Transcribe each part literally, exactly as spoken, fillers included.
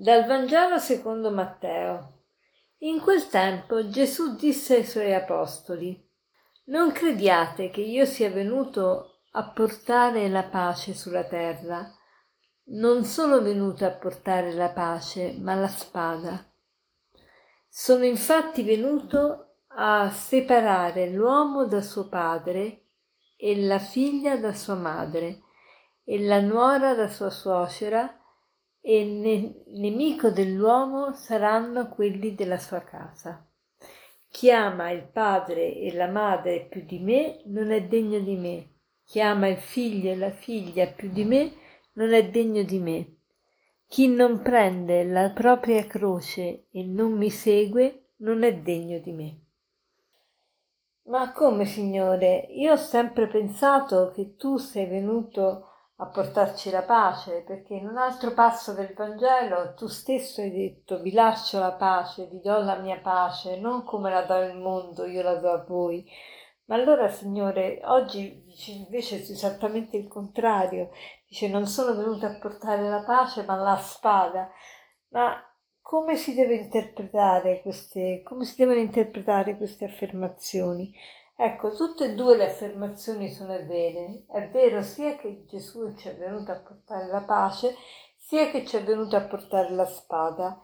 Dal Vangelo secondo Matteo. In quel tempo Gesù disse ai suoi apostoli: non crediate che io sia venuto a portare la pace sulla terra. Non sono venuto a portare la pace, ma la spada. Sono infatti venuto a separare l'uomo da suo padre e la figlia da sua madre e la nuora da sua suocera, e ne- nemico dell'uomo saranno quelli della sua casa. Chi ama il padre e la madre più di me non è degno di me. Chi ama il figlio e la figlia più di me non è degno di me. Chi non prende la propria croce e non mi segue non è degno di me. Ma come, Signore? Io ho sempre pensato che tu sei venuto a portarci la pace, perché in un altro passo del Vangelo tu stesso hai detto: vi lascio la pace, vi do la mia pace, non come la dà il mondo, io la do a voi. Ma allora, Signore, oggi dici invece esattamente il contrario. Dice: non sono venuto a portare la pace, ma la spada. Ma come si deve interpretare queste, come si devono interpretare queste affermazioni? Ecco, tutte e due le affermazioni sono vere. È vero sia che Gesù ci è venuto a portare la pace, sia che ci è venuto a portare la spada.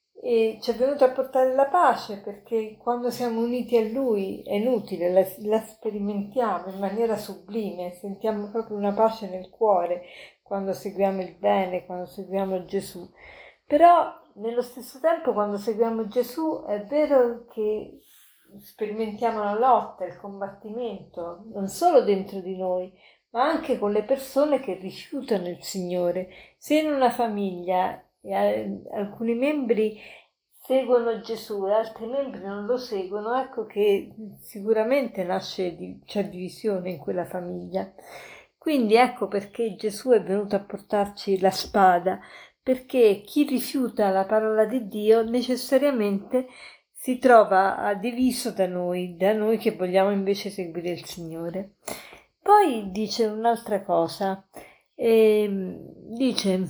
E ci è venuto a portare la pace perché quando siamo uniti a Lui è inutile, la, la sperimentiamo in maniera sublime, sentiamo proprio una pace nel cuore quando seguiamo il bene, quando seguiamo Gesù. Però nello stesso tempo, quando seguiamo Gesù, è vero che sperimentiamo la lotta, il combattimento, non solo dentro di noi, ma anche con le persone che rifiutano il Signore. Se in una famiglia e alcuni membri seguono Gesù e altri membri non lo seguono, ecco che sicuramente nasce, c'è divisione in quella famiglia. Quindi ecco perché Gesù è venuto a portarci la spada, perché chi rifiuta la parola di Dio necessariamente si trova diviso da noi, da noi che vogliamo invece seguire il Signore. Poi dice un'altra cosa, eh, dice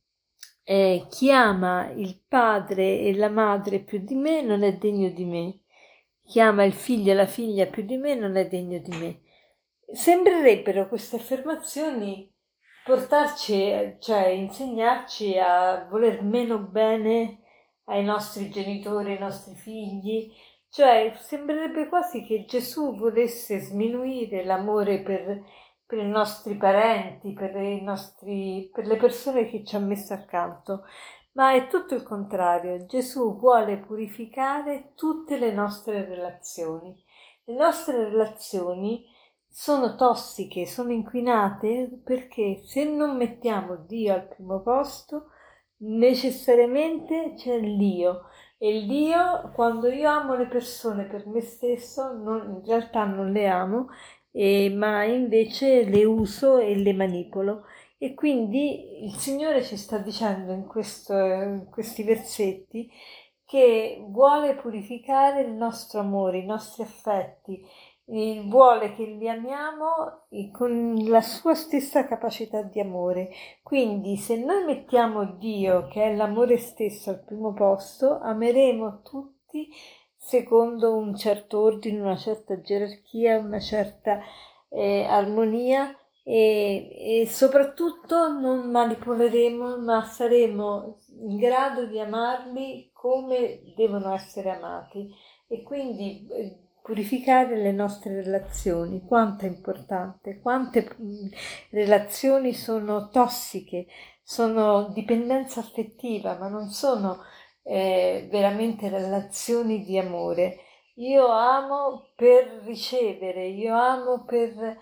eh, chi ama il padre e la madre più di me non è degno di me, chi ama il figlio e la figlia più di me non è degno di me. Sembrerebbero queste affermazioni portarci, cioè insegnarci a voler meno bene ai nostri genitori, ai nostri figli, cioè sembrerebbe quasi che Gesù volesse sminuire l'amore per, per i nostri parenti, per i nostri, per le persone che ci ha messo accanto. Ma è tutto il contrario. Gesù vuole purificare tutte le nostre relazioni. Le nostre relazioni sono tossiche, sono inquinate perché se non mettiamo Dio al primo posto, necessariamente c'è l'io. E l'io, quando io amo le persone per me stesso, non, in realtà non le amo, eh, ma invece le uso e le manipolo. E quindi il Signore ci sta dicendo in, questo, in questi versetti che vuole purificare il nostro amore, i nostri affetti, eh, vuole che li amiamo con la sua stessa capacità di amore. Quindi se noi mettiamo Dio, che è l'amore stesso, al primo posto, ameremo tutti secondo un certo ordine, una certa gerarchia, una certa eh, armonia, e, e soprattutto non manipoleremo, ma saremo in grado di amarli come devono essere amati. E quindi eh, purificare le nostre relazioni, quanto è importante, quante mh, relazioni sono tossiche, sono dipendenza affettiva, ma non sono eh, veramente relazioni di amore. Io amo per ricevere, io amo per,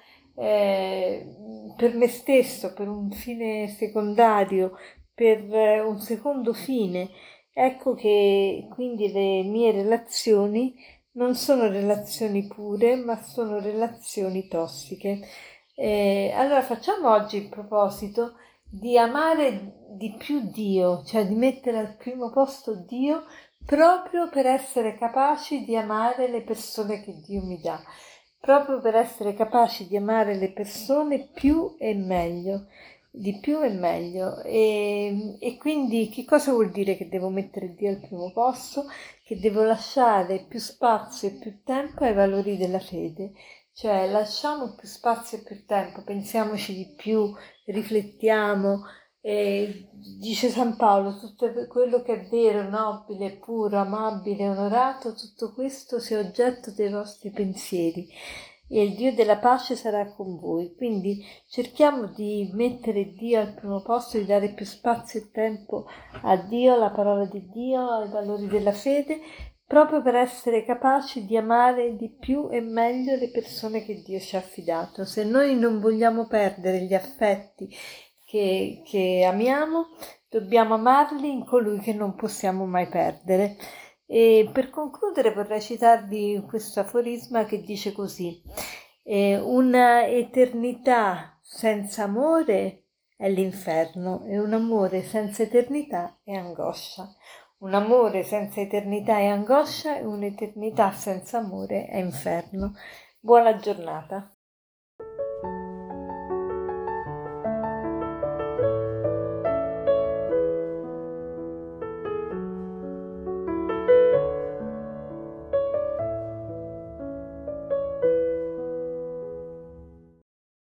eh, per me stesso, per un fine secondario, per eh, un secondo fine. Ecco che quindi le mie relazioni non sono relazioni pure, ma sono relazioni tossiche. Eh, allora facciamo oggi il proposito di amare di più Dio, cioè di mettere al primo posto Dio, proprio per essere capaci di amare le persone che Dio mi dà, proprio per essere capaci di amare le persone più e meglio. di più e meglio. E, e quindi che cosa vuol dire che devo mettere Dio al primo posto? Che devo lasciare più spazio e più tempo ai valori della fede. Cioè lasciamo più spazio e più tempo, pensiamoci di più, riflettiamo. E dice San Paolo, tutto quello che è vero, nobile, puro, amabile, onorato, tutto questo sia oggetto dei vostri pensieri e il Dio della pace sarà con voi. Quindi cerchiamo di mettere Dio al primo posto, di dare più spazio e tempo a Dio, alla parola di Dio, ai valori della fede, proprio per essere capaci di amare di più e meglio le persone che Dio ci ha affidato. Se noi non vogliamo perdere gli affetti che, che amiamo, dobbiamo amarli in colui che non possiamo mai perdere. E per concludere vorrei citarvi questo aforisma che dice così: eh, una eternità senza amore è l'inferno e un amore senza eternità è angoscia. Un amore senza eternità è angoscia e un'eternità senza amore è inferno. Buona giornata.